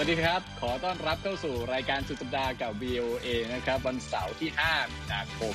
ดีครับขอต้อนรับเข้าสู่รายการสุดสัปดาห์กับ VOA นะครับวันเสาร์ที่5มีนาคม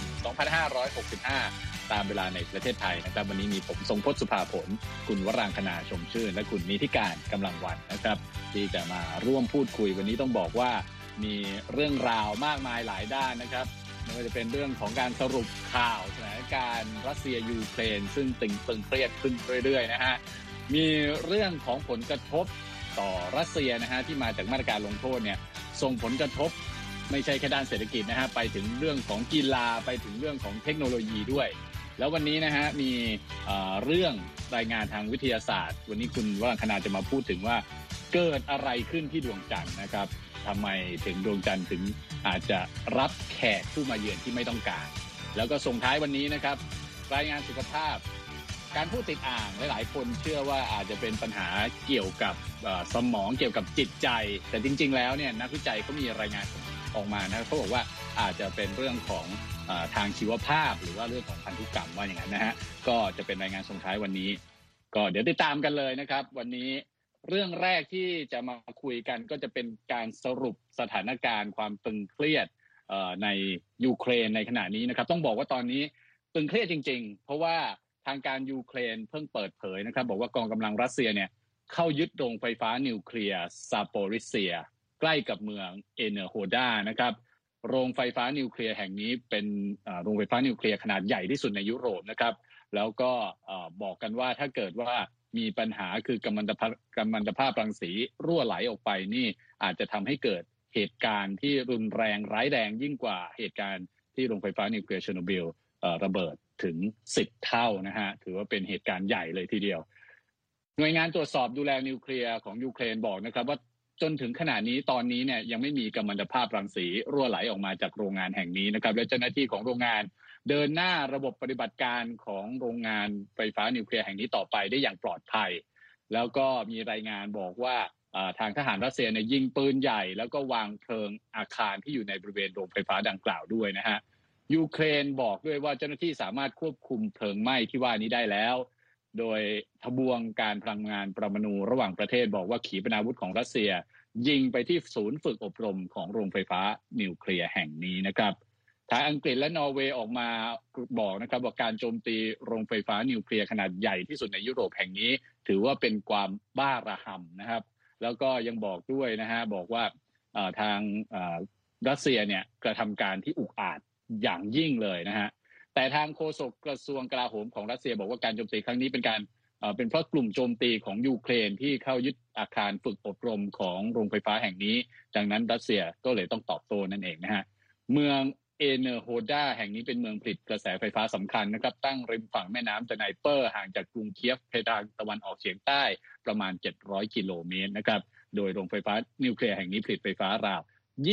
2565ตามเวลาในประเทศไทยนะครับวันนี้มีผมทรงพจน์สุภาผลคุณวรางคณาชมชื่นและคุณนิธิการกำลังวันนะครับที่จะมาร่วมพูดคุยวันนี้ต้องบอกว่ามีเรื่องราวมากมายหลายด้านนะครับไม่ว่าจะเป็นเรื่องของการสรุปข่าวสถานการณ์รัสเซียยูเครนซึ่งตึงเครียดขึ้นเรื่อยๆนะฮะมีเรื่องของผลกระทบต่อรัสเซียนะฮะที่มาจากมาตรการลงโทษเนี่ยส่งผลกระทบไม่ใช่แค่ด้านเศรษฐกิจนะฮะไปถึงเรื่องของกีฬาไปถึงเรื่องของเทคโนโลยีด้วยแล้ววันนี้นะฮะมีเรื่องรายงานทางวิทยาศาสตร์วันนี้คุณวรังคณาจะมาพูดถึงว่าเกิดอะไรขึ้นที่ดวงจันทร์นะครับทำไมถึงดวงจันทร์ถึงอาจจะรับแขกผู้มาเยือนที่ไม่ต้องการแล้วก็ส่งท้ายวันนี้นะครับรายงานสุขภาพการพูดติดอ่างหลายๆคนเชื่อว่าอาจจะเป็นปัญหาเกี่ยวกับสมองเกี่ยวกับจิตใจแต่จริงๆแล้วเนี่ยนักวิจัยเขามีรายงานออกมานะเขาบอกว่าอาจจะเป็นเรื่องของทางชีวภาพหรือว่าเรื่องของพันธุกรรมว่าอย่างนั้นนะฮะก็จะเป็นรายงานส่งท้ายวันนี้ก็เดี๋ยวติดตามกันเลยนะครับวันนี้เรื่องแรกที่จะมาคุยกันก็จะเป็นการสรุปสถานการณ์ความตึงเครียดในยูเครนในขณะนี้นะครับต้องบอกว่าตอนนี้ตึงเครียดจริงๆเพราะว่าทางการยูเครนเพิ่งเปิดเผยนะครับบอกว่ากองกำลังรัสเซียเนี่ยเข้ายึดโรงไฟฟ้านิวเคลียร์ซาโปริเซียใกล้กับเมืองเอเนโฮดานะครับโรงไฟฟ้านิวเคลียร์แห่งนี้เป็นโรงไฟฟ้านิวเคลียร์ขนาดใหญ่ที่สุดในยุโรปนะครับแล้วก็บอกกันว่าถ้าเกิดว่ามีปัญหาคือกัมมันตภาพรังสีรั่วไหลออกไปนี่อาจจะทำให้เกิดเหตุการณ์ที่รุนแรงร้ายแรงยิ่งกว่าเหตุการณ์ที่โรงไฟฟ้านิวเคลียร์เชอร์โนบิลระเบิดถึง10 เท่านะฮะถือว่าเป็นเหตุการณ์ใหญ่เลยทีเดียวหน่วยงานตรวจสอบดูแลนิวเคลียร์ของยูเครนบอกนะครับว่าจนถึงขณะนี้ตอนนี้เนี่ยยังไม่มีกัมมันตภาพรังสีรั่วไหลออกมาจากโรงงานแห่งนี้นะครับและเจ้าหน้าที่ของโรงงานเดินหน้าระบบปฏิบัติการของโรงงานไฟฟ้านิวเคลียร์แห่งนี้ต่อไปได้อย่างปลอดภัยแล้วก็มีรายงานบอกว่าทางทหารรัสเซียเนี่ยยิงปืนใหญ่แล้วก็วางเพลิงอาคารที่อยู่ในบริเวณโรงไฟฟ้าดังกล่าวด้วยนะฮะยูเครนบอกด้วยว่าเจ้าหน้าที่สามารถควบคุมเพลิงไหม้ที่ว่านี้ได้แล้วโดยทบวงการพลังงานปรมาณูระหว่างประเทศบอกว่าขีปนาวุธของรัสเซียยิงไปที่ศูนย์ฝึกอบรมของโรงไฟฟ้านิวเคลียร์แห่งนี้นะครับทางอังกฤษและนอร์เวย์ออกมาบอกนะครับว่าการโจมตีโรงไฟฟ้านิวเคลียร์ขนาดใหญ่ที่สุดในยุโรปแห่งนี้ถือว่าเป็นความบ้าระห่ำนะครับแล้วก็ยังบอกด้วยนะฮะบอกว่าทางรัสเซียเนี่ยกระทำการที่อุกอาจอย่างยิ่งเลยนะฮะแต่ทางโฆษกกระทรวงกลาโหมของรัสเซียบอกว่าการโจมตีครั้งนี้เป็นเพราะกลุ่มโจมตีของยูเครนที่เข้ายึดอาคารฝึกอบรมของโรงไฟฟ้าแห่งนี้ดังนั้นรัสเซียก็เลยต้องตอบโต้นั่นเองนะฮะเมืองเอเนโฮดาแห่งนี้เป็นเมืองผลิตกระแสไฟฟ้าสำคัญนะครับตั้งริมฝั่งแม่น้ำไนเปอร์ห่างจากกรุงเคียฟทางตะวันออกเฉียงใต้ประมาณ700 กิโลเมตรนะครับโดยโรงไฟฟ้านิวเคลียร์แห่งนี้ผลิตไฟฟ้าราว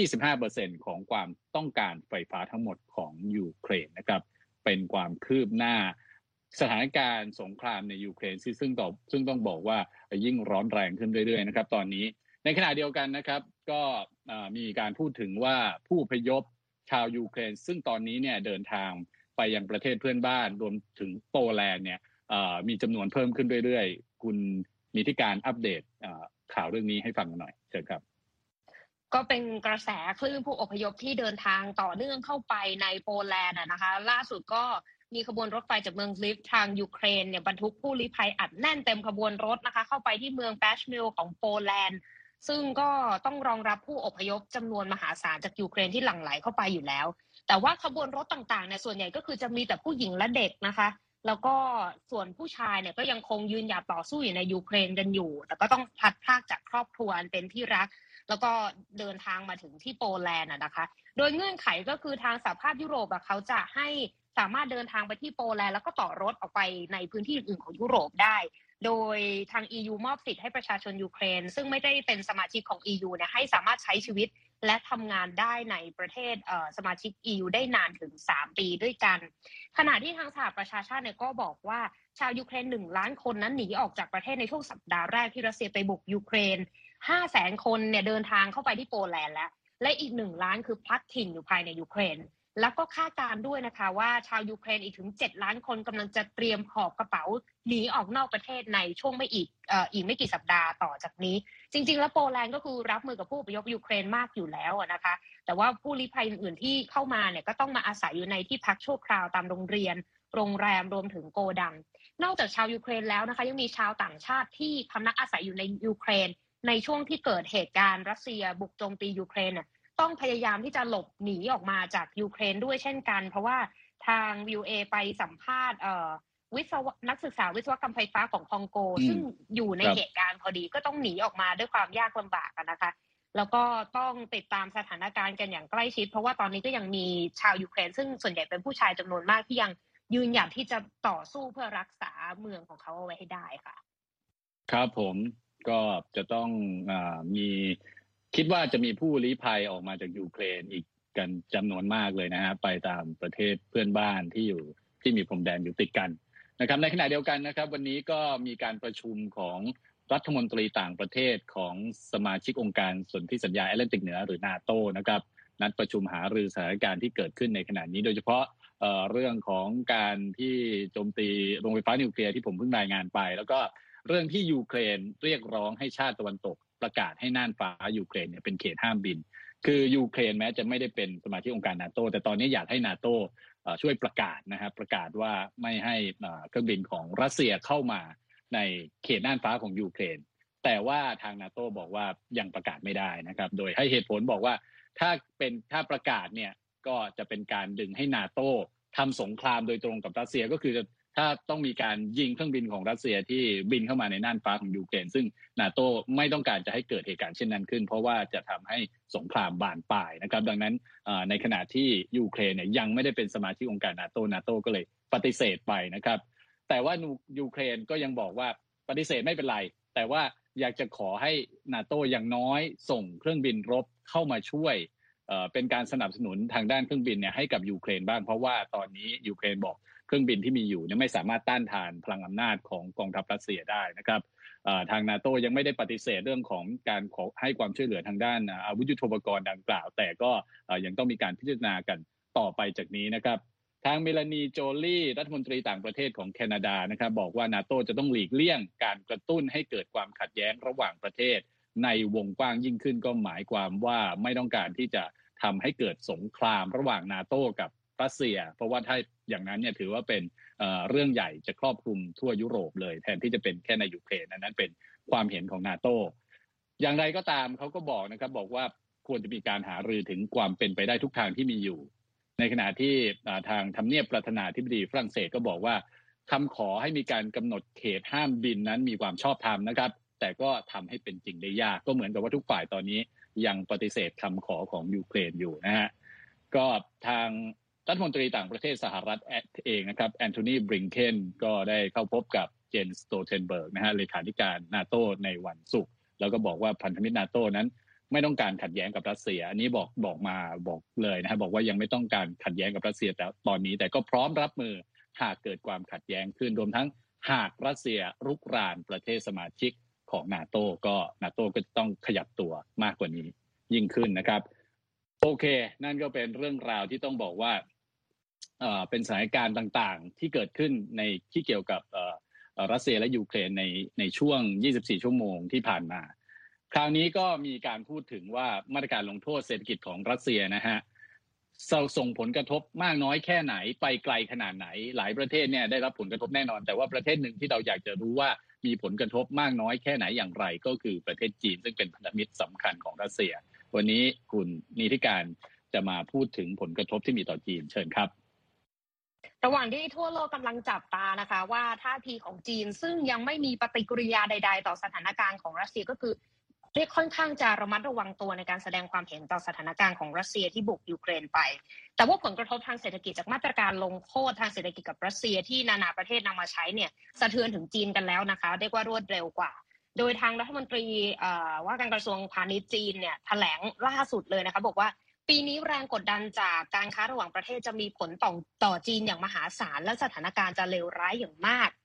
25% ของความต้องการไฟฟ้าทั้งหมดของยูเครนนะครับเป็นความคืบหน้าสถานการณ์สงครามในยูเครนซึ่งต้องบอกว่ายิ่งร้อนแรงขึ้นเรื่อยๆนะครับตอนนี้ในขณะเดียวกันนะครับก็มีการพูดถึงว่าผู้อพยพชาวยูเครนซึ่งตอนนี้เนี่ยเดินทางไปยังประเทศเพื่อนบ้านรวมถึงโปแลนด์เนี่ยมีจำนวนเพิ่มขึ้นเรื่อยๆคุณมีที่การอัปเดตข่าวเรื่องนี้ให้ฟังหน่อยเชิญครับก็เป็นกระแสคลื่นผู้อพยพที่เดินทางต่อเนื่องเข้าไปในโปแลนด์นะคะล่าสุดก็มีขบวนรถไฟจากเมืองลิฟทางยูเครนเนี่ยบรรทุกผู้ลี้ภัยอัดแน่นเต็มขบวนรถนะคะเข้าไปที่เมืองแบชมิลของโปแลนด์ซึ่งก็ต้องรองรับผู้อพยพจำนวนมหาศาลจากยูเครนที่หลั่งไหลเข้าไปอยู่แล้วแต่ว่าขบวนรถต่างๆเนี่ยส่วนใหญ่ก็คือจะมีแต่ผู้หญิงและเด็กนะคะแล้วก็ส่วนผู้ชายเนี่ยก็ยังคงยืนหยัดต่อสู้อยู่ในยูเครนกันอยู่แต่ก็ต้องพลัดพรากจากครอบครัวอันเป็นที่รักแล้วก็เดินทางมาถึงที่โปแลนด์นะคะโดยเงื่อนไขก็คือทางสหภาพยุโรปเขาจะให้สามารถเดินทางไปที่โปแลนด์แล้วก็ต่อรถออกไปในพื้นที่อื่นของยุโรปได้โดยทาง EU มอบสิทธิ์ให้ประชาชนยูเครนซึ่งไม่ได้เป็นสมาชิกของ EU เนี่ยให้สามารถใช้ชีวิตและทำงานได้ในประเทศสมาชิก EU ได้นานถึง3 ปีด้วยกันขณะที่ทางสหประชาชาติเนี่ยก็บอกว่าชาวยูเครน1 ล้านคนนั้นหนีออกจากประเทศในช่วงสัปดาห์แรกที่รัสเซียไปบุกยูเครน500,000 คนเนี่ยเดินทางเข้าไปที่โปแลนด์แล้วและอีก1 ล้านคือพลัดถิ่นอยู่ภายในยูเครนแล้วก็คาดการณ์ด้วยนะคะว่าชาวยูเครนอีกถึง7ล้านคนกำลังจะเตรียมหอบกระเป๋าหนีออกนอกประเทศในช่วงอีกไม่กี่สัปดาห์ต่อจากนี้จริงๆแล้วโปแลนด์ก็คือรับมือกับผู้อพยพยูเครนมากอยู่แล้วนะคะแต่ว่าผู้ลี้ภัยอื่นๆที่เข้ามาเนี่ยก็ต้องมาอาศัยอยู่ในที่พักชั่วคราวตามโรงเรียนโรงแรมรวมถึงโกดังนอกจากชาวยูเครนแล้วนะคะยังมีชาวต่างชาติที่พำนักอาศัยอยู่ในยูเครนในช่วงที่เกิดเหตุการณ์รัสเซียบุกโจมตียูเครนเนี่ยต้องพยายามที่จะหลบหนีออกมาจากยูเครนด้วยเช่นกันเพราะว่าทาง VOA ไปสัมภาษณ์นักศึกษาวิศวกรรมไฟฟ้าของคองโกซึ่งอยู่ในเหตุการณ์พอดีก็ต้องหนีออกมาด้วยความยากลำบากนะคะแล้วก็ต้องติดตามสถานการณ์กันอย่างใกล้ชิดเพราะว่าตอนนี้ก็ยังมีชาวยูเครนซึ่งส่วนใหญ่เป็นผู้ชายจำนวนมากที่ยังยืนหยัดที่จะต่อสู้เพื่อรักษาเมืองของเขาเอาไว้ให้ได้ค่ะครับผมก็จะต้องมีคิดว่าจะมีผู้ลี้ภัยออกมาจากยูเครนอีกกันจำนวนมากเลยนะฮะไปตามประเทศเพื่อนบ้านที่มีพรมแดนอยู่ติดกันนะครับในขณะเดียวกันนะครับวันนี้ก็มีการประชุมของรัฐมนตรีต่างประเทศของสมาชิกองค์การสนธิสัญญาแอตแลนติกเหนือหรือ NATO นะครับนัดประชุมหารือสถานการณ์ที่เกิดขึ้นในขณะนี้โดยเฉพาะเรื่องของการที่โจมตีโรงไฟฟ้านิวเคลียร์ที่ผมเพิ่งรายงานไปแล้วก็เรื่องที่ยูเครนเรียกร้องให้ชาติตะวันตกประกาศให้น่านฟ้ายูเครนเนี่ยเป็นเขตห้ามบินคือยูเครนแม้จะไม่ได้เป็นสมาชิกองค์การ NATO แต่ตอนนี้อยากให้ NATO ช่วยประกาศนะครับประกาศว่าไม่ให้เครื่องบินของรัสเซียเข้ามาในเขตน่านฟ้าของยูเครนแต่ว่าทาง NATO บอกว่ายังประกาศไม่ได้นะครับโดยให้เหตุผลบอกว่าถ้าประกาศเนี่ยก็จะเป็นการดึงให้ NATO ทำสงครามโดยตรงกับรัสเซียก็คือถ้าต้องมีการยิงเครื่องบินของรัสเซียที่บินเข้ามาในน่านฟ้าของยูเครนซึ่ง NATO ไม่ต้องการจะให้เกิดเหตุการณ์เช่นนั้นขึ้นเพราะว่าจะทำให้สงครามบานปลายนะครับดังนั้นในขณะที่ยูเครนเนี่ยยังไม่ได้เป็นสมาชิกองค์การ NATO ก็เลยปฏิเสธไปนะครับแต่ว่ายูเครนก็ยังบอกว่าปฏิเสธไม่เป็นไรแต่ว่าอยากจะขอให้ NATO อย่างน้อยส่งเครื่องบินรบเข้ามาช่วยเป็นการสนับสนุนทางด้านเครื่องบินเนี่ยให้กับยูเครนบ้างเพราะว่าตอนนี้ยูเครนบอกเครื่องบินที่มีอยู่เนี่ยไม่สามารถต้านทานพลังอำนาจของกองทัพรัสเซียได้นะครับทาง NATO ยังไม่ได้ปฏิเสธเรื่องของการขอให้ความช่วยเหลือทางด้านอาวุธยุทโธปกรณ์ดังกล่าวแต่ก็ยังต้องมีการพิจารณากันต่อไปจากนี้นะครับทางเมลานีโจลี่รัฐมนตรีต่างประเทศของแคนาดานะครับบอกว่า NATO จะต้องหลีกเลี่ยงการกระตุ้นให้เกิดความขัดแย้งระหว่างประเทศในวงกว้างยิ่งขึ้นก็หมายความว่าไม่ต้องการที่จะทำให้เกิดสงครามระหว่าง NATO กับรัสเซียเพราะว่าถ้าอย่างนั้นเนี่ยถือว่าเป็นเรื่องใหญ่จะครอบคลุมทั่วยุโรปเลยแทนที่จะเป็นแค่ในยูเครนนั้นเป็นความเห็นของ NATO อย่างไรก็ตามเขาก็บอกนะครับบอกว่าควรจะมีการหารือถึงความเป็นไปได้ทุกทางที่มีอยู่ในขณะที่ทางทำเนียบประธานาธิบดีฝรั่งเศสก็บอกว่าคำขอให้มีการกำหนดเขตห้ามบินนั้นมีความชอบธรรมนะครับแต่ก็ทำให้เป็นจริงได้ยากก็เหมือนกับว่าทุกฝ่ายตอนนี้ยังปฏิเสธคำขอของยูเครนอยู่นะฮะก็ทางรัฐมนตรีต่างประเทศสหรัฐเองนะครับแอนโทนีบริงเคนก็ได้เข้าพบกับเจนสโตเทนเบิร์กนะฮะเลขาธิการ NATO ในวันศุกร์แล้วก็บอกว่าพันธมิตร NATO นั้นไม่ต้องการขัดแย้งกับรัสเซียอันนี้บอกเลยนะฮะบอกว่ายังไม่ต้องการขัดแย้งกับรัสเซียแต่ตอนนี้แต่ก็พร้อมรับมือหากเกิดความขัดแย้งขึ้นรวมทั้งหากรัสเซียรุกรานประเทศสมาชิกของ NATO ก็ NATO ก็จะต้องขยับตัวมากกว่านี้ยิ่งขึ้นนะครับโอเคนั่นก็เป็นเรื่องราวที่ต้องบอกว่าเป็นสถานการณ์ต่างๆที่เกิดขึ้นในที่เกี่ยวกับรัสเซียและยูเครนในช่วง24ชั่วโมงที่ผ่านมาคราวนี้ก็มีการพูดถึงว่ามาตรการลงโทษเศรษฐกิจของรัสเซียนะฮะส่งผลกระทบมากน้อยแค่ไหนไปไกลขนาดไหนหลายประเทศเนี่ยได้รับผลกระทบแน่นอนแต่ว่าประเทศหนึ่งที่เราอยากจะรู้ว่ามีผลกระทบมากน้อยแค่ไหนอย่างไรก็คือประเทศจีนซึ่งเป็นพันธมิตรสำคัญของรัสเซียวันนี้คุณนิติการจะมาพูดถึงผลกระทบที่มีต่อจีนเชิญครับระหว่างที่ทั่วโลกกำลังจับตานะคะว่าท่าทีของจีนซึ่งยังไม่มีปฏิกิริยาใดๆต่อสถานการณ์ของรัสเซียก็คือเรียกค่อนข้างจะระมัดระวังตัวในการแสดงความเห็นต่อสถานการณ์ของรัสเซียที่บุกยูเครนไปแต่ว่าผลกระทบทางเศรษฐกิจจากมาตรการลงโทษทางเศรษฐกิจกับรัสเซียที่นานาประเทศนำมาใช้เนี่ยสะเทือนถึงจีนกันแล้วนะคะเรียกว่ารวดเร็วกว่าโดยทางรัฐมนตรีว่าการกระทรวงพาณิชย์จีนเนี่ยแถลงล่าสุดเลยนะคะบอกว่าปีนี้แรงกดดันจากการค้าระหว่างประเทศจะมีผลต่อจีนอย่างมหาศาลและสถานการณ์จะเลวร้ายอย่างมาก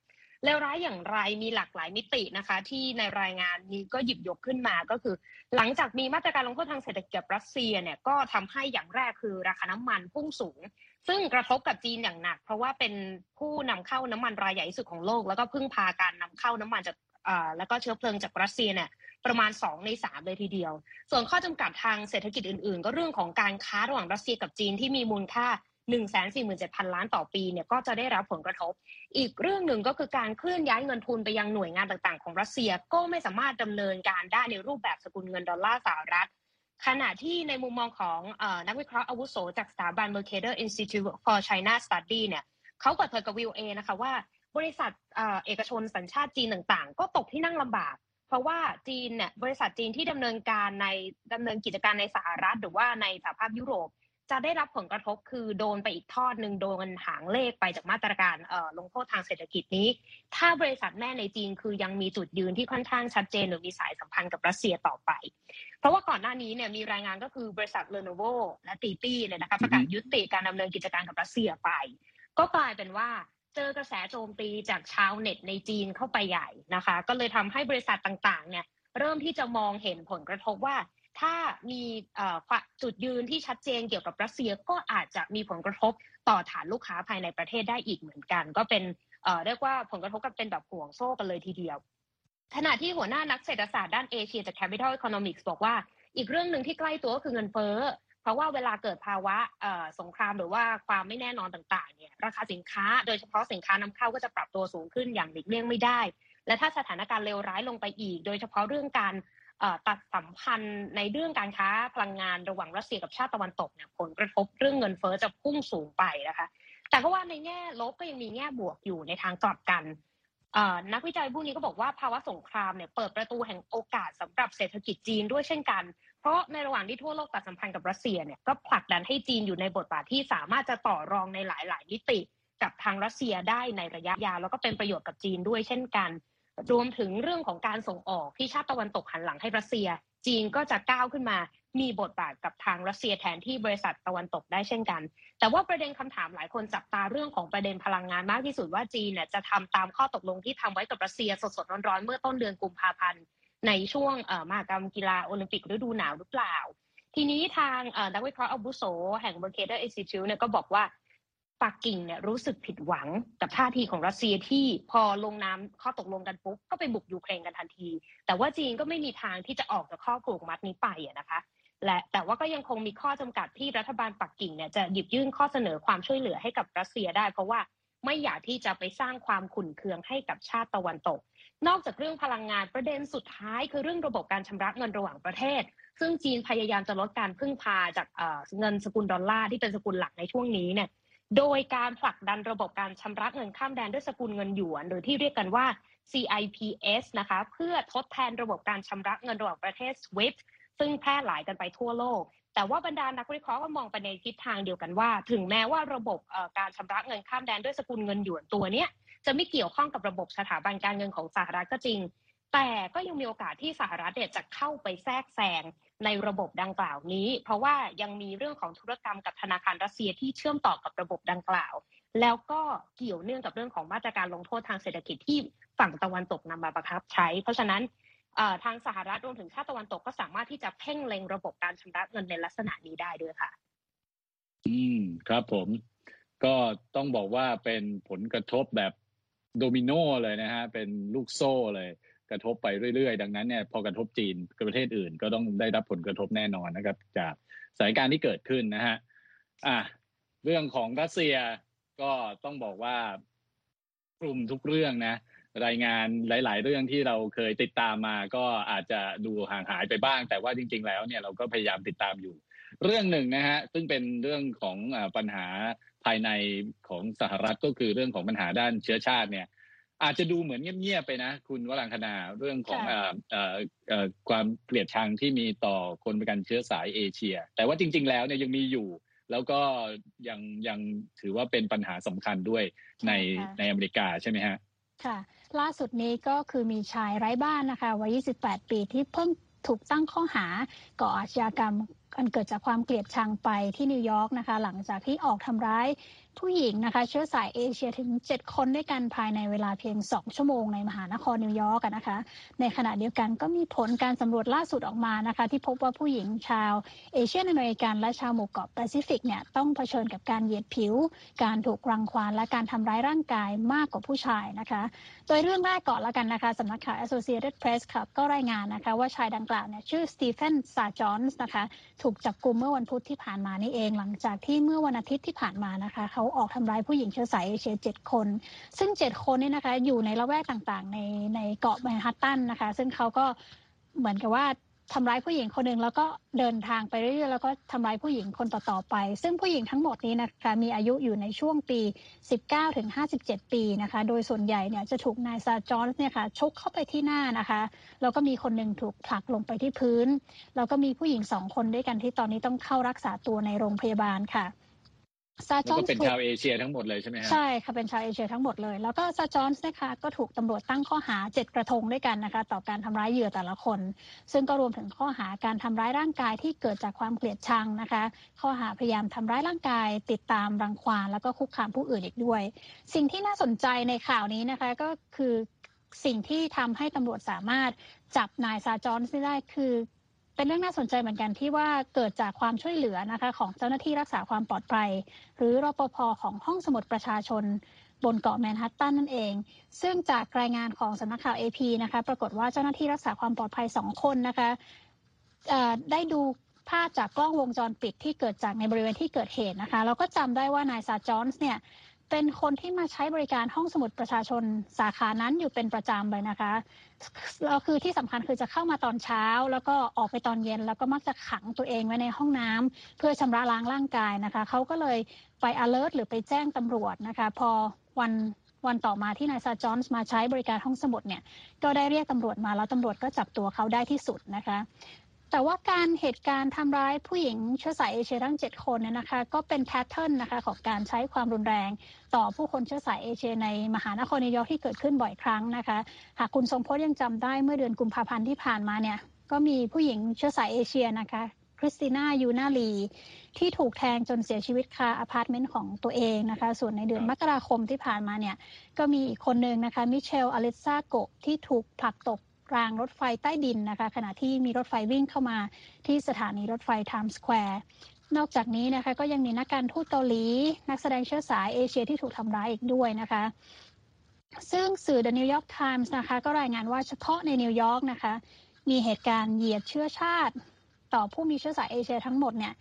เลวร้ายอย่างไรมีหลากหลายมิตินะคะที่ในรายงานนี้ก็หยิบยกขึ้นมาก็คือหลังจากมีมาตรการลงโทษทางเศรษฐกิจกับรัสเซียเนี่ยก็ทำให้อย่างแรกคือราคาน้ำมันพุ่งสูงซึ่งกระทบกับจีนอย่างหนักเพราะว่าเป็นผู้นำเข้าน้ำมันรายใหญ่ที่สุดของโลกแล้วก็พึ่งพาการนำเข้าน้ำมันจากแล้วก็เชื้อเพลิงจากรัสเซียเนี่ยประมาณ2ใน3เลยทีเดียวส่วนข้อจำกัดทางเศรษฐกิจอื่นๆก็เรื่องของการค้าระหว่างรัสเซียกับจีนที่มีมูลค่า 147,000 ล้านต่อปีเนี่ยก็จะได้รับผลกระทบอีกเรื่องหนึ่งก็คือการเคลื่อนย้ายเงินทุนไปยังหน่วยงานต่างๆของรัสเซียก็ไม่สามารถดำเนินการได้ในรูปแบบสกุลเงินดอลลาร์สหรัฐขณะที่ในมุมมองของนักวิเคราะห์อาวุโสจากสถาบัน Mercator Institute for China Study เนี่ยเขาเปิดเผยกับ VOA นะคะว่าบริษัทเอกชนสัญชาติจีนต่างๆก็ตกที่นั่งลำบากเพราะว่าจีนเนี่ยบริษัทจีนที่ดำเนินกิจการในสหรัฐหรือว่าในสหภาพยุโรปจะได้รับผลกระทบคือโดนไปอีกทอดหนึ่งโดนหางเลขไปจากมาตรการลงโทษทางเศรษฐกิจนี้ถ้าบริษัทแม่ในจีนคือยังมีจุดยืนที่ค่อนข้างชัดเจนหรือมีสายสัมพันธ์กับรัสเซียต่อไปเพราะว่าก่อนหน้านี้เนี่ยมีรายงานก็คือบริษัท Lenovo และ TP เนี่ยนะคะประกาศยุติการดำเนินกิจการกับรัสเซียไปก็กลายเป็นว่าเจอกระแสโจมตีจากชาวเน็ตในจีนเข้าไปใหญ่นะคะก็เลยทำให้บริษัทต่างๆเนี่ยเริ่มที่จะมองเห็นผลกระทบว่าถ้ามีจุดยืนที่ชัดเจนเกี่ยวกับรัสเซียก็อาจจะมีผลกระทบต่อฐานลูกค้าภายในประเทศได้อีกเหมือนกันก็เป็นเรียกว่าผลกระทบกันเป็นแบบห่วงโซ่กันเลยทีเดียวขณะที่หัวหน้านักเศรษฐศาสตร์ด้านเอเชียจาก Capital Economics บอกว่าอีกเรื่องนึงที่ใกล้ตัวก็คือเงินเฟ้อเพราะว่าเวลาเกิดภาวะสงครามหรือว่าความไม่แน่นอนต่างๆเนี่ยราคาสินค้าโดยเฉพาะสินค้านำเข้าก็จะปรับตัวสูงขึ้นอย่างหลีกเลี่ยงไม่ได้และถ้าสถานการณ์เลวร้ายลงไปอีกโดยเฉพาะเรื่องการตัดสัมพันธ์ในเรื่องการค้าพลังงานระหว่างรัสเซียกับชาติตะวันตกเนี่ยผลกระทบเรื่องเงินเฟ้อจะพุ่งสูงไปนะคะแต่ก็ว่าในแง่ลบก็ยังมีแง่บวกอยู่ในทางกลับกันนักวิจัยพวกนี้ก็บอกว่าภาวะสงครามเนี่ยเปิดประตูแห่งโอกาสสำหรับเศรษฐกิจจีนด้วยเช่นกันเพราะในระหว่างที่ทั่วโลกตัดสัมพันธ์กับรัสเซียเนี่ยก็ผลักดันให้จีนอยู่ในบทบาทที่สามารถจะต่อรองในหลายๆมิติกับทางรัสเซียได้ในระยะยาวแล้วก็เป็นประโยชน์กับจีนด้วยเช่นกันรวมถึงเรื่องของการส่งออกที่ชาติตะวันตกหันหลังให้รัสเซียจีนก็จะก้าวขึ้นมามีบทบาทกับทางรัสเซียแทนที่บริษัทตะวันตกได้เช่นกันแต่ว่าประเด็นคำถามหลายคนจับตาเรื่องของประเด็นพลังงานมากที่สุดว่าจีนเนี่ยจะทำตามข้อตกลงที่ทำไว้กับรัสเซียสดๆร้อนๆเมื่อต้นเดือนกุมภาพันธ์ในช่วงมหกรรมกีฬาโอลิมปิกฤดูหนาวหรือเปล่าทีนี้ทางนักวิเคราะห์อาวุโสแห่ง Mercator Institute เนี่ยก็บอกว่าปักกิ่งเนี่ยรู้สึกผิดหวังกับท่าทีของรัสเซียที่พอลงนามข้อตกลงกันปุ๊บก็ไปบุกยูเครนกันทันทีแต่ว่าจีนก็ไม่มีทางที่จะออกจากข้อผูกมัดนี้ไปนะคะและแต่ว่าก็ยังคงมีข้อจำกัดที่รัฐบาลปักกิ่งเนี่ยจะหยิบยื่นข้อเสนอความช่วยเหลือให้กับรัสเซียได้เพราะว่าไม่อยากที่จะไปสร้างความขุ่นเคืองให้กับชาติตะวันตกนอกจากเรื่องพลังงานประเด็นสุดท้ายคือเรื่องระบบการชำระเงินระหว่างประเทศซึ่งจีนพยายามจะลดการพึ่งพาจากเงินสกุลดอลลาร์ที่เป็นสกุลหลักในช่วงนี้เนี่ยโดยการผลักดันระบบการชำระเงินข้ามแดนด้วยสกุลเงินหยวนหรือที่เรียกกันว่า CIPS นะคะเพื่อทดแทนระบบการชำระเงินระหว่างประเทศ SWIFT ซึ่งแพร่หลายกันไปทั่วโลกแต่ว่าบรรดานักวิเคราะห์ก็มองไปในทิศทางเดียวกันว่าถึงแม้ว่าระบบการชำระเงินข้ามแดนด้วยสกุลเงินหยวนตัวเนี้ยจะไม่เกี่ยวข้องกับระบบสถาบันการเงินของสหรัฐก็จริงแต่ก็ยังมีโอกาสที่สหรัฐเนี่ยจะเข้าไปแทรกแซงในระบบดังกล่าวนี้เพราะว่ายังมีเรื่องของธุรกรรมกับธนาคารรัสเซียที่เชื่อมต่อกับระบบดังกล่าวแล้วก็เกี่ยวเนื่องกับเรื่องของมาตรการลงโทษทางเศรษฐกิจที่ฝั่งตะวันตกนำมาบังคับใช้เพราะฉะนั้นทางสหรัฐรวมถึงชาติตะวันตกก็สามารถที่จะเพ่งเล็งระบบการชำระเงินในลักษณะนี้ได้ด้วยค่ะครับผมก็ต้องบอกว่าเป็นผลกระทบแบบโดมิโนเลยนะฮะเป็นลูกโซ่เลยกระทบไปเรื่อยๆดังนั้นเนี่ยพอกระทบจีนกับประเทศอื่นก็ต้องได้รับผลกระทบแน่นอนนะครับจากสถานการณ์ที่เกิดขึ้นนะฮะเรื่องของรัสเซียก็ต้องบอกว่ากลุ่มทุกเรื่องนะรายงานหลายๆเรื่องที่เราเคยติดตามมาก็อาจจะดูห่างหายไปบ้างแต่ว่าจริงๆแล้วเนี่ยเราก็พยายามติดตามอยู่เรื่องหนึ่งนะฮะซึ่งเป็นเรื่องของปัญหาภายในของสหรัฐก็คือเรื่องของปัญหาด้านเชื้อชาติเนี่ยอาจจะดูเหมือนเงียบๆไปนะคุณวรังคณาเรื่องของความเกลียดชังที่มีต่อคนเป็นการเชื้อสายเอเชียแต่ว่าจริงๆแล้วเนี่ยยังมีอยู่แล้วก็ยังถือว่าเป็นปัญหาสำคัญด้วยในอเมริกาใช่ไหมฮะค่ะล่าสุดนี้ก็คือมีชายไร้บ้านนะคะวัย28 ปีที่เพิ่งถูกตั้งข้อหาก่ออาชญากรรมอันเกิดจากความเกลียดชังไปที่นิวยอร์กนะคะหลังจากที่ออกทำร้ายผู้หญิงนะคะเชื้อสายเอเชียถึง7คนด้วยกันภายในเวลาเพียง2ชั่วโมงในมหานครนิวยอร์กนะคะในขณะเดียวกันก็มีผลการสำรวจล่าสุดออกมานะคะที่พบว่าผู้หญิงชาวเอเชียอเมริกันและชาวหมู่เกาะแปซิฟิกเนี่ยต้องเผชิญกับการเหยียดผิวการถูกรังควานและการทำร้ายร่างกายมากกว่าผู้ชายนะคะโดยเรื่องแรกก่อนแล้วกันนะคะสำนักข่าว Associated Press ครับก็รายงานนะคะว่าชายดังกล่าวเนี่ยชื่อสตีเฟน ซาจอนส์นะคะถูกจับกุมเมื่อวันพุธที่ผ่านมานี่เองหลังจากที่เมื่อวันอาทิตย์ที่ผ่านมานะคะเขาออกทำร้ายผู้หญิงเชื้อสายเอเชีย7คนซึ่ง7คนนี่นะคะอยู่ในละแวกต่างๆในเกาะแมนฮัตตันนะคะซึ่งเขาก็เหมือนกับว่าทำร้ายผู้หญิงคนหนึ่งแล้วก็เดินทางไปเรื่อยๆแล้วก็ทำร้ายผู้หญิงคนต่อๆไปซึ่งผู้หญิงทั้งหมดนี้นะคะมีอายุอยู่ในช่วงปี19ถึง57ปีนะคะโดยส่วนใหญ่เนี่ยจะถูกนายซาจอนส์เนี่ยค่ะชกเข้าไปที่หน้านะคะแล้วก็มีคนหนึ่งถูกผลักลงไปที่พื้นแล้วก็มีผู้หญิง2คนด้วยกันที่ตอนนี้ต้องเข้ารักษาตัวในโรงพยาบาลค่ะซาจอนส์เป็นชาวเอเชียทั้งหมดเลยใช่ไหมฮะใช่ค่ะเป็นชาวเอเชียทั้งหมดเลยแล้วก็ซาจอนส์นะคะก็ถูกตำรวจตั้งข้อหา7กระทงด้วยกันนะคะต่อการทำร้ายเหยื่อแต่ละคนซึ่งก็รวมถึงข้อหาการทำร้ายร่างกายที่เกิดจากความเกลียดชังนะคะข้อหาพยายามทำร้ายร่างกายติดตามรังควานแล้วก็คุกคามผู้อื่นอีกด้วยสิ่งที่น่าสนใจในข่าวนี้นะคะก็คือสิ่งที่ทำให้ตำรวจสามารถจับนายซาจอนส์ได้คือเป็นเรื่องน่าสนใจเหมือนกันที่ว่าเกิดจากความช่วยเหลือนะคะของเจ้าหน้าที่รักษาความปลอดภัยหรือรปภ.ของห้องสมุดประชาชนบนเกาะแมนฮัตตันนั่นเองซึ่งจากรายงานของสำนักข่าว AP นะคะปรากฏว่าเจ้าหน้าที่รักษาความปลอดภัย2คนนะคะได้ดูภาพจากกล้องวงจรปิดที่เกิดจากในบริเวณที่เกิดเหตุนะคะแล้วก็จำได้ว่านายซาจอนส์เนี่ยเป็นคนที่มาใช้บริการห้องสมุดประชาชนสาขานั้นอยู่เป็นประจำเลยนะคะแล้วคือที่สำคัญคือจะเข้ามาตอนเช้าแล้วก็ออกไปตอนเย็นแล้วก็มักจะขังตัวเองไว้ในห้องน้ำเพื่อชำระล้างร่างกายนะคะเขาก็เลยไป alert หรือไปแจ้งตำรวจนะคะพอวันต่อมาที่นายซาจอนส์มาใช้บริการห้องสมุดเนี่ยก็ได้เรียกตำรวจมาแล้วตำรวจก็จับตัวเขาได้ที่สุดนะคะแต่ว่าเหตุการณ์ทำร้ายผู้หญิงเชื้อสายเอเชียทั้ง7คนเนี่ยนะคะก็เป็นแพทเทิร์นนะคะของการใช้ความรุนแรงต่อผู้คนเชื้อสายเอเชียในมหานครนิวยอร์กที่เกิดขึ้นบ่อยครั้งนะคะหากคุณทรงพจน์ยังจำได้เมื่อเดือนกุมภาพันธ์ที่ผ่านมาเนี่ยก็มีผู้หญิงเชื้อสายเอเชียนะคะคริสติน่ายูนาลีที่ถูกแทงจนเสียชีวิตคาอพาร์ตเมนต์ของตัวเองนะคะส่วนในเดือนมกราคมที่ผ่านมาเนี่ยก็มีอีกคนนึงนะคะมิเชลอลิซาโกที่ถูกผลักตกรางรถไฟใต้ดินนะคะขณะที่มีรถไฟวิ่งเข้ามาที่สถานีรถไฟไทม์สแควร์นอกจากนี้นะคะก็ยังมีนักการทูตเกาหลีนักแสดงเชื้อสายเอเชียที่ถูกทำร้ายอีกด้วยนะคะซึ่งสื่อ The New York Times นะคะก็รายงานว่าเฉพาะในนิวยอร์กนะคะมีเหตุการณ์เหยียดเชื้อชาติต่อผู้มีเชื้อสายเอเชียทั้งหมดเนี่ย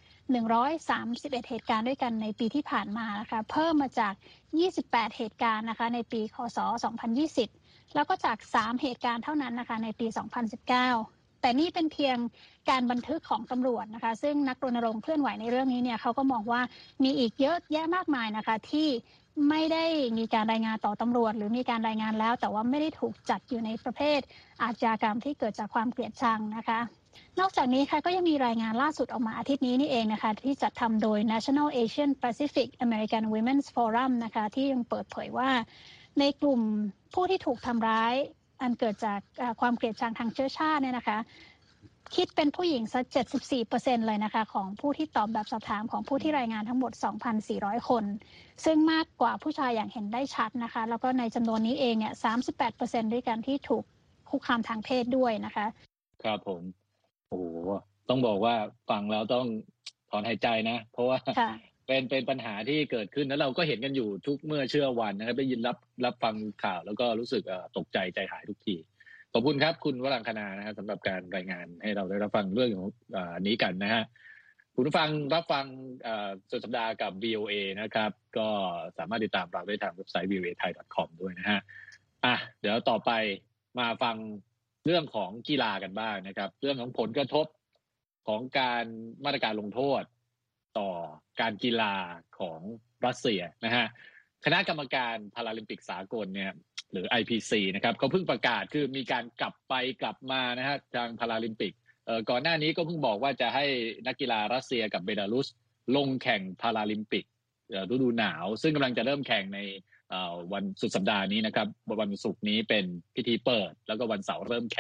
131เหตุการณ์ด้วยกันในปีที่ผ่านมานะคะเพิ่มมาจาก28เหตุการณ์นะคะในปีคศ2020แล้วก็จาก3เหตุการณ์เท่านั้นนะคะในปี2019แต่นี่เป็นเพียงการบันทึกของตำรวจนะคะซึ่งนักรณรงค์เคลื่อนไหวในเรื่องนี้เนี่ยเขาก็มองว่ามีอีกเยอะแยะมากมายนะคะที่ไม่ได้มีการรายงานต่อตำรวจหรือมีการรายงานแล้วแต่ว่าไม่ได้ถูกจัดอยู่ในประเภทอาชญากรรมที่เกิดจากความเกลียดชังนะคะนอกจากนี้ค่ะก็ยังมีรายงานล่าสุดออกมาอาทิตย์นี้นี่เองนะคะที่จัดทำโดย National Asian Pacific American Women's Forum นะคะที่ยังเปิดเผยว่าในกลุ่มผู้ที่ถูกทำร้ายอันเกิดจากความเกลียดชังทางเชื้อชาติเนี่ยนะคะคิดเป็นผู้หญิงซะ 74% เลยนะคะของผู้ที่ตอบแบบสอบถามของผู้ที่รายงานทั้งหมด 2,400 คนซึ่งมากกว่าผู้ชายอย่างเห็นได้ชัดนะคะแล้วก็ในจำนวนนี้เองเนี่ย 38% ด้วยกันที่ถูกคุกคามทางเพศด้วยนะคะครับผมโอ้ต้องบอกว่าฟังแล้วต้องถอนหายใจนะเพราะว่าเป็นปัญหาที่เกิดขึ้นแล้วเราก็เห็นกันอยู่ทุกเมื่อเชื่อวันนะครับได้ยินรับฟังข่าวแล้วก็รู้สึกตกใจใจหายทุกทีขอบคุณครับคุณวรังคณานะครับสำหรับการรายงานให้เราได้รับฟังเรื่องของนี้กันนะฮะคุณผู้ฟังรับฟังสุดสัปดาห์กับ VOA นะครับก็สามารถติดตามเราได้ทางเว็บไซต์ voathai.com ด้วยนะฮะเดี๋ยวต่อไปมาฟังเรื่องของกีฬากันบ้างนะครับเรื่องของผลกระทบของการมาตรการลงโทษต่อการกีฬาของรัสเซียนะฮะคณะกรรมการพาราลิมปิกสากลเนี่ยหรือ IPC นะครับเขาเพิ่งประกาศคือมีการกลับไปกลับมานะฮะทางพาราลิมปิกก่อนหน้านี้ก็เพิ่งบอกว่าจะให้นักกีฬารัสเซียกับเบลารุสลงแข่งพาราลิมปิกฤดูหนาวซึ่งกำลังจะเริ่มแข่งในวันสุดสัปดาห์นี้นะครับวันศุกร์นี้เป็นพิธีเปิดแล้วก็วันเสาร์เริ่มแข่ง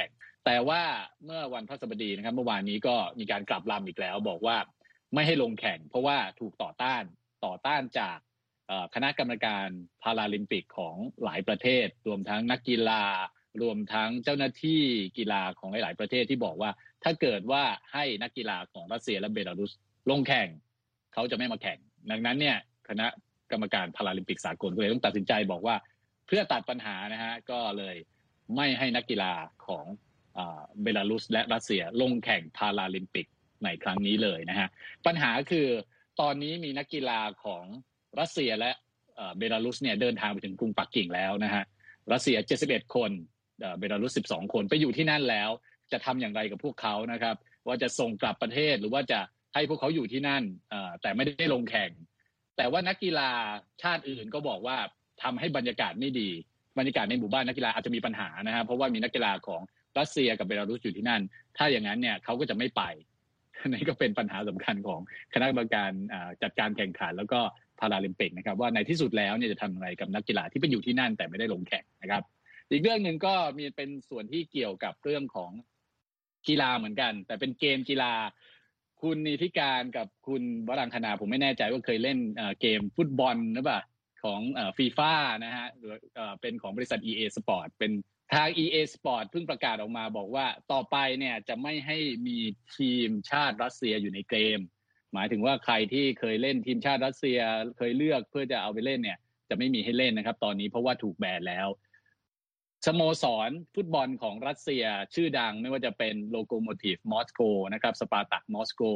แต่ว่าเมื่อวันพฤหัสบดีนะครับเมื่อวานนี้ก็มีการกลับลำอีกแล้วบอกว่าไม่ให้ลงแข่งเพราะว่าถูกต่อต้านจากคณะกรรมการพาราลิมปิกของหลายประเทศรวมทั้งนักกีฬารวมทั้งเจ้าหน้าที่กีฬาของหลายๆประเทศที่บอกว่าถ้าเกิดว่าให้นักกีฬาของรัสเซียและเบลารุสลงแข่งเขาจะไม่มาแข่งดังนั้นเนี่ยคณะกรรมการพาราลิมปิกสากลก็เลยต้องตัดสินใจบอกว่าเพื่อตัดปัญหานะฮะก็เลยไม่ให้นักกีฬาของเบลารุสและรัสเซียลงแข่งพาราลิมปิกในครั้งนี้เลยนะฮะปัญหาคือตอนนี้มีนักกีฬาของรัสเซียและเบลารุสเนี่ยเดินทางไปถึงกรุงปักกิ่งแล้วนะฮะรัสเซีย71คนเบลารุส12คนไปอยู่ที่นั่นแล้วจะทำอย่างไรกับพวกเขานะครับว่าจะส่งกลับประเทศหรือว่าจะให้พวกเขาอยู่ที่นั่นแต่ไม่ได้ลงแข่งแต่ว่านักกีฬาชาติอื่นก็บอกว่าทำให้บรรยากาศไม่ดีบรรยากาศในหมู่บ้านนักกีฬาอาจจะมีปัญหานะฮะเพราะว่ามีนักกีฬาของรัสเซียกับเบลารุสอยู่ที่นั่นถ้าอย่างนั้นเนี่ยเขาก็จะไม่ไปนี่ก็เป็นปัญหาสำคัญของคณะกรรมการจัดการแข่งขันแล้วก็พาราลิมปิกนะครับว่าในที่สุดแล้วเนี่ยจะทำอะไรกับนักกีฬาที่ไปอยู่ที่นั่นแต่ไม่ได้ลงแข่งนะครับอีกเรื่องนึงก็มีเป็นส่วนที่เกี่ยวกับเรื่องของกีฬาเหมือนกันแต่เป็นเกมกีฬาคุณนิติการกับคุณวรังคณาผมไม่แน่ใจว่าเคยเล่นเกมฟุตบอลหรือเปล่าของFIFA นะฮะเป็นของบริษัท EA Sport เป็นทาง EA Sport เพิ่งประกาศออกมาบอกว่าต่อไปเนี่ยจะไม่ให้มีทีมชาติรัสเซียอยู่ในเกมหมายถึงว่าใครที่เคยเล่นทีมชาติรัสเซียเคยเลือกเพื่อจะเอาไปเล่นเนี่ยจะไม่มีให้เล่นนะครับตอนนี้เพราะว่าถูกแบนแล้วสโมสรฟุตบอลของรัสเซียชื่อดังไม่ว่าจะเป็นโลโกโมทีฟมอสโกนะครับสปาร์ตักมอสโก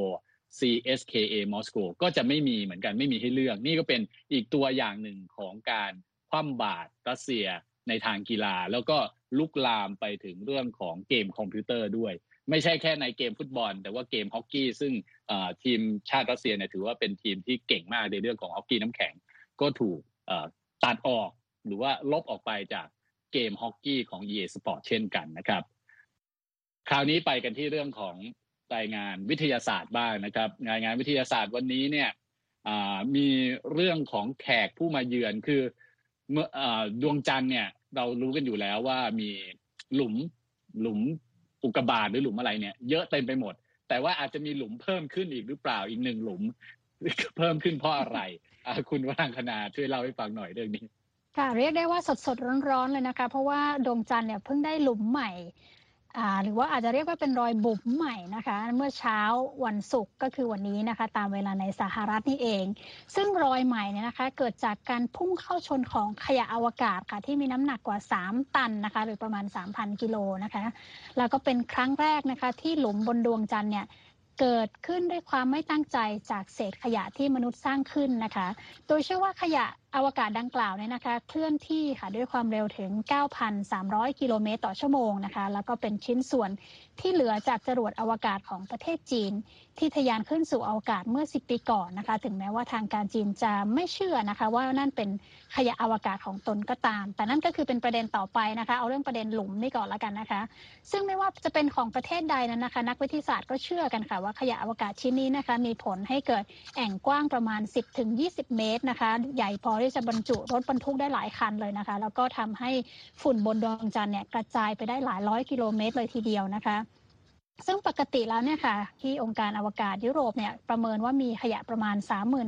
CSKA มอสโกก็จะไม่มีเหมือนกันไม่มีให้เลือกนี่ก็เป็นอีกตัวอย่างหนึ่งของการคว่ำบาตรรัสเซียในทางกีฬาแล้วก็ลุกลามไปถึงเรื่องของเกมคอมพิวเตอร์ด้วยไม่ใช่แค่ในเกมฟุตบอลแต่ว่าเกมฮอกกี้ซึ่งทีมชาติรัสเซียเนี่ยถือว่าเป็นทีมที่เก่งมากในเรื่องของฮอกกี้น้ำแข็งก็ถูกตัดออกหรือว่าลบออกไปจากเกมฮอกกี้ของ EA Sport เช่นกันนะครับคราวนี้ไปกันที่เรื่องของรายงานวิทยาศาสตร์บ้างนะครับรายงานวิทยาศาสตร์วันนี้เนี่ยมีเรื่องของแขกผู้มาเยือนคือเมื่อดวงจันทร์เนี่ยเรารู้กันอยู่แล้วว่ามีหลุมอุกกาบาตหรือหลุมอะไรเนี่ยเยอะเต็มไปหมดแต่ว่าอาจจะมีหลุมเพิ่มขึ้นอีกหรือเปล่าอีก1หลุมเพิ่มขึ้นเพราะอะไรคุณวรังคณาช่วยเล่าให้ฟังหน่อยเรื่องนี้ค่ะเรียกได้ว่าสดๆร้อนๆเลยนะคะเพราะว่าดวงจันทร์เนี่ยเพิ่งได้หลุมใหม่หรือว่าอาจจะเรียกว่าเป็นรอยบุ๋มใหม่นะคะเมื่อเช้าวันศุกร์ก็คือวันนี้นะคะตามเวลาในสหรัฐนี่เองซึ่งรอยใหม่เนี่ยนะคะเกิดจากการพุ่งเข้าชนของขยะอวกาศค่ะที่มีน้ำหนักกว่า3ตันนะคะหรือประมาณ 3,000 กิโลนะคะแล้วก็เป็นครั้งแรกนะคะที่หลุมบนดวงจันทร์เนี่ยเกิดขึ้นด้วยความไม่ตั้งใจจากเศษขยะที่มนุษย์สร้างขึ้นนะคะโดยเชื่อว่าขยะอวกาศดังกล่าวเนี่ยนะคะเคลื่อนที่ค่ะด้วยความเร็วถึง 9,300 กิโลเมตรต่อชั่วโมงนะคะแล้วก็เป็นชิ้นส่วนที่เหลือจากจรวดอวกาศของประเทศจีนที่ทะยานขึ้นสู่อวกาศเมื่อ10 ปีก่อนนะคะถึงแม้ว่าทางการจีนจะไม่เชื่อนะคะว่านั่นเป็นขยะอวกาศของตนก็ตามแต่นั่นก็คือเป็นประเด็นต่อไปนะคะเอาเรื่องประเด็นหลุมนี่ก่อนละกันนะคะซึ่งไม่ว่าจะเป็นของประเทศใดนั้นนะคะนักวิทยาศาสตร์ก็เชื่อกันค่ะว่าขยะอวกาศชิ้นนี้นะคะมีผลให้เกิดแอ่งกว้างประมาณ 10-20 เมตรนะคะใหญ่พอที่จะบรรจุรถบรรทุกได้หลายคันเลยนะคะแล้วก็ทำให้ฝุ่นบนดวงจันทร์เนี่ยกระจายไปได้หลายร้อยกิโลเมตรเลยทีเดียวนะคะซึ่งปกติแล้วเนี่ยค่ะที่องค์การอวกาศยุโรปเนี่ยประเมินว่ามีขยะประมาณ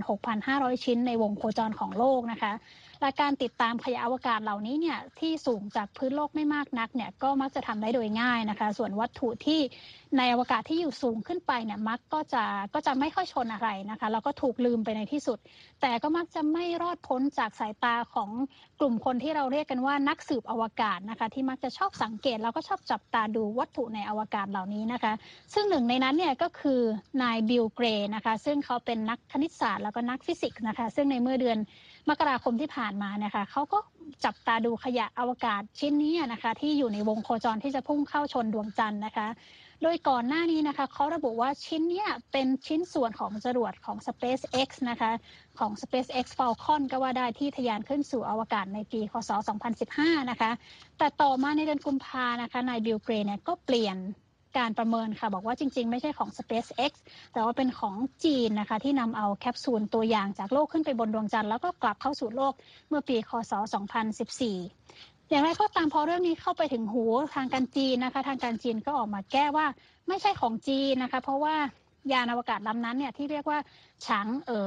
36,500 ชิ้นในวงโคจรของโลกนะคะและการติดตามขยะอวกาศเหล่านี้เนี่ยที่สูงจากพื้นโลกไม่มากนักเนี่ยก็มักจะทำได้โดยง่ายนะคะส่วนวัตถุที่ในอวกาศที่อยู่สูงขึ้นไปเนี่ยมักก็จะไม่ค่อยชนอะไรนะคะแล้วก็ถูกลืมไปในที่สุดแต่ก็มักจะไม่รอดพ้นจากสายตาของกลุ่มคนที่เราเรียกกันว่านักสืบอวกาศนะคะที่มักจะชอบสังเกตแล้วก็ชอบจับตาดูวัตถุในอวกาศเหล่านี้นะคะซึ่งหนึ่งในนั้นเนี่ยก็คือนายบิลเกรย์นะคะซึ่งเขาเป็นนักคณิตศาสตร์แล้วก็นักฟิสิกส์นะคะซึ่งในเมื่อเดือนมกราคมที่ผ่านมานะคะเขาก็จับตาดูขยะอวกาศชิ้นนี้นะคะที่อยู่ในวงโคจรที่จะพุ่งเข้าชนดวงจันทร์นะคะโดยก่อนหน้านี้นะคะเขาระบุว่าชิ้นนี้เป็นชิ้นส่วนของจรวดของ SpaceX นะคะของ SpaceX Falcon ก็ว่าได้ที่ทะยานขึ้นสู่อวกาศในปีค.ศ. 2015นะคะแต่ต่อมาในเดือนกุมภาพันธ์นะคะนายบิลเกรย์เนี่ยก็เปลี่ยนการประเมินค่ะบอกว่าจริงๆไม่ใช่ของ SpaceX แต่ว่าเป็นของจีนนะคะที่นำเอาแคปซูลตัวอย่างจากโลกขึ้นไปบนดวงจันทร์แล้วก็กลับเข้าสู่โลกเมื่อปีค.ศ. 2014 อย่างไรก็ตามพอเรื่องนี้เข้าไปถึงหูทางการจีนนะคะทางการจีนก็ออกมาแก้ว่าไม่ใช่ของจีนนะคะเพราะว่ายานอวกาศลำนั้นเนี่ยที่เรียกว่าฉาง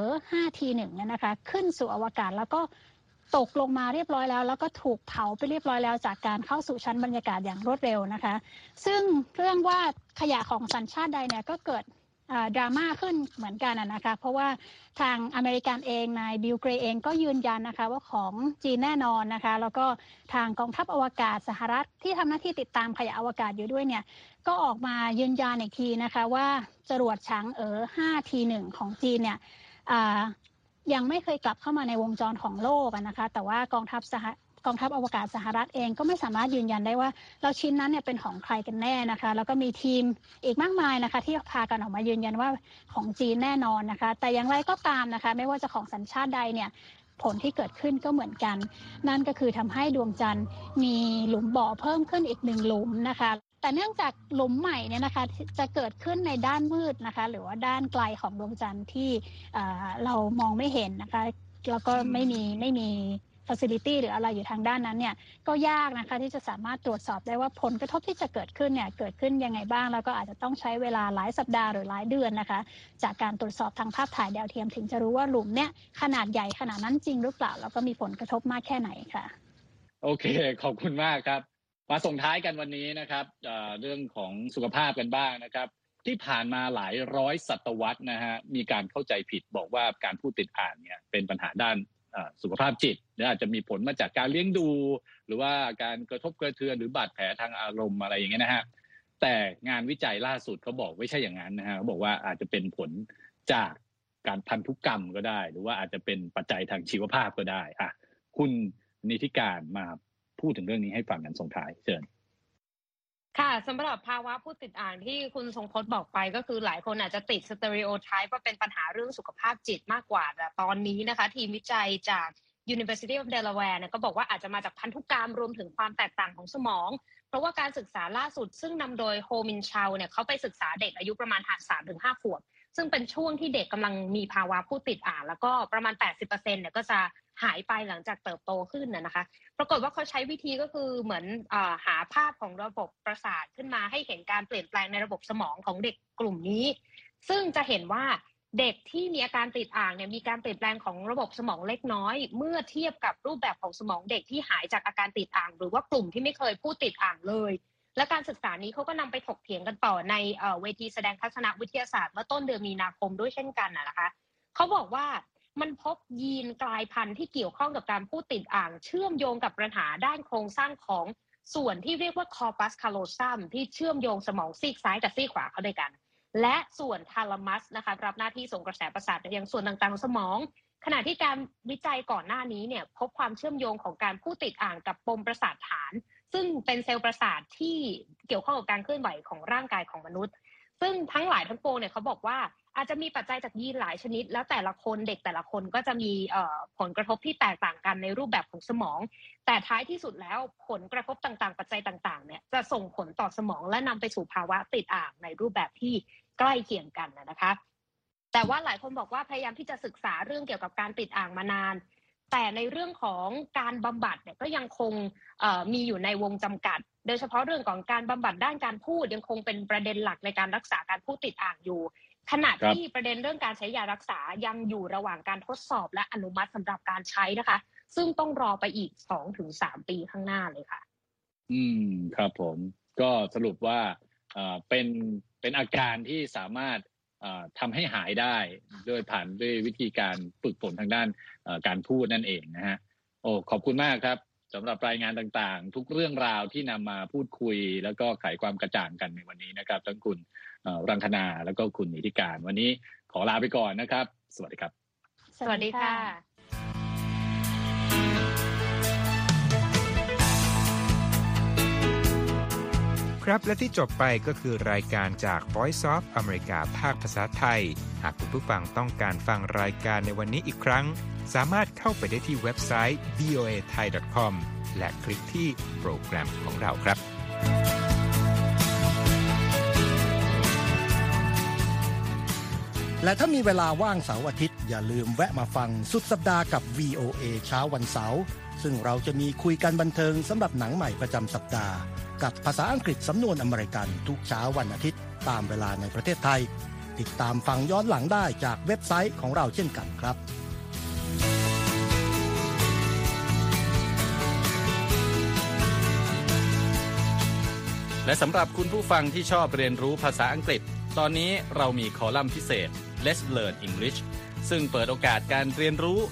5T1 เนี่ยนะคะขึ้นสู่อวกาศแล้วก็ตกลงมาเรียบร้อยแล้วแล้วก็ถูกเผาไปเรียบร้อยแล้วจากการเข้าสู่ชั้นบรรยากาศอย่างรวดเร็วนะคะซึ่งเรื่องว่าขยะของสัญชาติใดเนี่ยก็เกิดดราม่าขึ้นเหมือนกันนะคะเพราะว่าทางอเมริกันเองนายบิลเกรย์เองก็ยืนยันนะคะว่าของจีนแน่นอนนะคะแล้วก็ทางกองทัพอวกาศสหรัฐที่ทำหน้าที่ติดตามขยะอวกาศอยู่ด้วยเนี่ยก็ออกมายืนยันอีกทีนะคะว่าจรวดฉาง5T1 ของจีนเนี่ยยังไม่เคยกลับเข้ามาในวงจรของโลกนะคะแต่ว่ากองทัพอวกาศสหรัฐเองก็ไม่สามารถยืนยันได้ว่าเราชิ้นนั้นเนี่ยเป็นของใครกันแน่นะคะแล้วก็มีทีมอีกมากมายนะคะที่พากันออกมายืนยันว่าของจีนแน่นอนนะคะแต่อย่างไรก็ตามนะคะไม่ว่าจะของสัญชาติใดเนี่ยผลที่เกิดขึ้นก็เหมือนกันนั่นก็คือทำให้ดวงจันทร์มีหลุมบ่อเพิ่มขึ้นอีก1หลุมนะคะแต่เนื่องจากหลุมใหม่เนี่ยนะคะจะเกิดขึ้นในด้านมืดนะคะหรือว่าด้านไกลของดวงจันทร์ที่เรามองไม่เห็นนะคะแล้วก็ไม่มีfacility หรืออะไรอยู่ทางด้านนั้นเนี่ยก็ยากนะคะที่จะสามารถตรวจสอบได้ว่าผลกระทบที่จะเกิดขึ้นเนี่ยเกิดขึ้นยังไงบ้างแล้วก็อาจจะต้องใช้เวลาหลายสัปดาห์หรือหลายเดือนนะคะจากการตรวจสอบทางภาพถ่ายดาวเทียมถึงจะรู้ว่าหลุมเนี่ยขนาดใหญ่ขนาดนั้นจริงหรือเปล่าแล้วก็มีผลกระทบมากแค่ไหนค่ะโอเคขอบคุณมากครับมาส่งท้ายกันวันนี้นะครับเรื่องของสุขภาพกันบ้างนะครับที่ผ่านมาหลายร้อยศตวรรษนะฮะมีการเข้าใจผิดบอกว่าการพูดติดอ่างเนี่ยเป็นปัญหาด้านสุขภาพจิตหรืออาจจะมีผลมาจากการเลี้ยงดูหรือว่าการกระทบกระเทือนหรือบาดแผลทางอารมณ์อะไรอย่างเงี้ยนะฮะแต่งานวิจัยล่าสุดเขาบอกไม่ใช่อย่างนั้นนะฮะเขาบอกว่าอาจจะเป็นผลจากการพันธุกรรมก็ได้หรือว่าอาจจะเป็นปัจจัยทางชีวภาพก็ได้คุณนิติการมาพูดถึงเรื่องนี้ให้ฟังกันส่งท้ายเชิญค่ะสำหรับภาวะผู้ติดอ่างที่คุณทรงพจน์บอกไปก็คือหลายคนอาจจะติดสเตอริโอไทป์ว่าเป็นปัญหาเรื่องสุขภาพจิตมากกว่าแต่ตอนนี้นะคะทีมวิจัยจาก University of Delaware เนี่ยก็บอกว่าอาจจะมาจากพันธุกรรมรวมถึงความแตกต่างของสมองเพราะว่าการศึกษาล่าสุดซึ่งนำโดยโฮมินชาวเนี่ยเขาไปศึกษาเด็กอายุประมาณ 3-5 ขวบซึ่งเป็นช่วงที่เด็กกำลังมีภาวะผู้ติดอ่างแล้วก็ประมาณ 80% เนี่ยก็จะหายไปหลังจากเติบโตขึ้นนะคะปรากฏว่าเขาใช้วิธีก็คือเหมือนหาภาพของระบบประสาทขึ้นมาให้เห็นการเปลี่ยนแปลงในระบบสมองของเด็กกลุ่มนี้ซึ่งจะเห็นว่าเด็กที่มีอาการติดอ่างเนี่ยมีการเปลี่ยนแปลงของระบบสมองเล็กน้อยเมื่อเทียบกับรูปแบบของสมองเด็กที่หายจากอาการติดอ่างหรือว่ากลุ่มที่ไม่เคยพูดติดอ่างเลยและการศึกษานี้เขาก็นำไปถกเถียงกันต่อในเวทีแสดงทัศนวิทยาศาสตร์เมื่อต้นเดือนมีนาคมด้วยเช่นกันนะคะเขาบอกว่ามันพบยีนกลายพันธุ์ที่เกี่ยวข้องกับการพูดติดอ่างเชื่อมโยงกับปัญหาด้านโครงสร้างของส่วนที่เรียกว่า corpus callosum ที่เชื่อมโยงสมองซีกซ้ายกับซีกขวาเข้าด้วยกันและส่วนทาลามัสนะคะรับหน้าที่ส่งกระแสประสาทไปยังส่วนต่างๆของสมองขณะที่การวิจัยก่อนหน้านี้เนี่ยพบความเชื่อมโยงของการพูดติดอ่างกับปมประสาทฐานซึ่งเป็นเซลล์ประสาทที่เกี่ยวข้องกับการเคลื่อนไหวของร่างกายของมนุษย์ซึ่งทั้งหลายทั้งปวงเนี่ยเขาบอกว่าอาจจะมีปัจจัยจากยีนหลายชนิดแล้วแต่ละคนเด็กแต่ละคนก็จะมีผลกระทบที่แตกต่างกันในรูปแบบของสมองแต่ท้ายที่สุดแล้วผลกระทบต่างๆปัจจัยต่างๆเนี่ยจะส่งผลต่อสมองและนำไปสู่ภาวะติดอ่างในรูปแบบที่ใกล้เคียงกันนะคะแต่ว่าหลายคนบอกว่าพยายามที่จะศึกษาเรื่องเกี่ยวกับการติดอ่างมานานแต่ในเรื่องของการบำบัดเนี่ยก็ยังคงมีอยู่ในวงจำกัดโดยเฉพาะเรื่องของการบำบัดด้านการพูดยังคงเป็นประเด็นหลักในการรักษาการพูดติดอ่างอยู่ขณะที่ประเด็นเรื่องการใช้ยารักษายังอยู่ระหว่างการทดสอบและอนุมัติสำหรับการใช้นะคะซึ่งต้องรอไปอีก 2-3 ปีข้างหน้าเลยค่ะครับผมก็สรุปว่าเป็นอาการที่สามารถทำให้หายได้ด้วยวิธีการฝึกฝนทางด้านการพูดนั่นเองนะฮะขอบคุณมากครับสำหรับรายงานต่างๆทุกเรื่องราวที่นำมาพูดคุยแล้วก็ไขความกระจ่างกันในวันนี้นะครับทั้งคุณรังคณาแล้วก็คุณนิติการวันนี้ขอลาไปก่อนนะครับสวัสดีครับสวัสดีค่ะครับและที่จบไปก็คือรายการจาก Voice of America ภาคภาษาไทยหากคุณผู้ฟังต้องการฟังรายการในวันนี้อีกครั้งสามารถเข้าไปได้ที่เว็บไซต์ voathai.com และคลิกที่โปรแกรมของเราครับและถ้ามีเวลาว่างเสาร์อาทิตย์อย่าลืมแวะมาฟังสุดสัปดาห์กับ VOA เช้าวันเสาร์ซึ่งเราจะมีคุยกันบันเทิงสำหรับหนังใหม่ประจำสัปดาห์กับภาษาอังกฤษสำนวนอเมริกันทุกเช้าวันอาทิตย์ตามเวลาในประเทศไทยติดตามฟังย้อนหลังได้จากเว็บไซต์ของเราเช่นกันครับและสำหรับคุณผู้ฟังที่ชอบเรียนรู้ภาษาอังกฤษตอนนี้เรามีคอลัมน์พิเศษ Let's Learn English ซึ่งเปิดโอกาสการเรียนรู้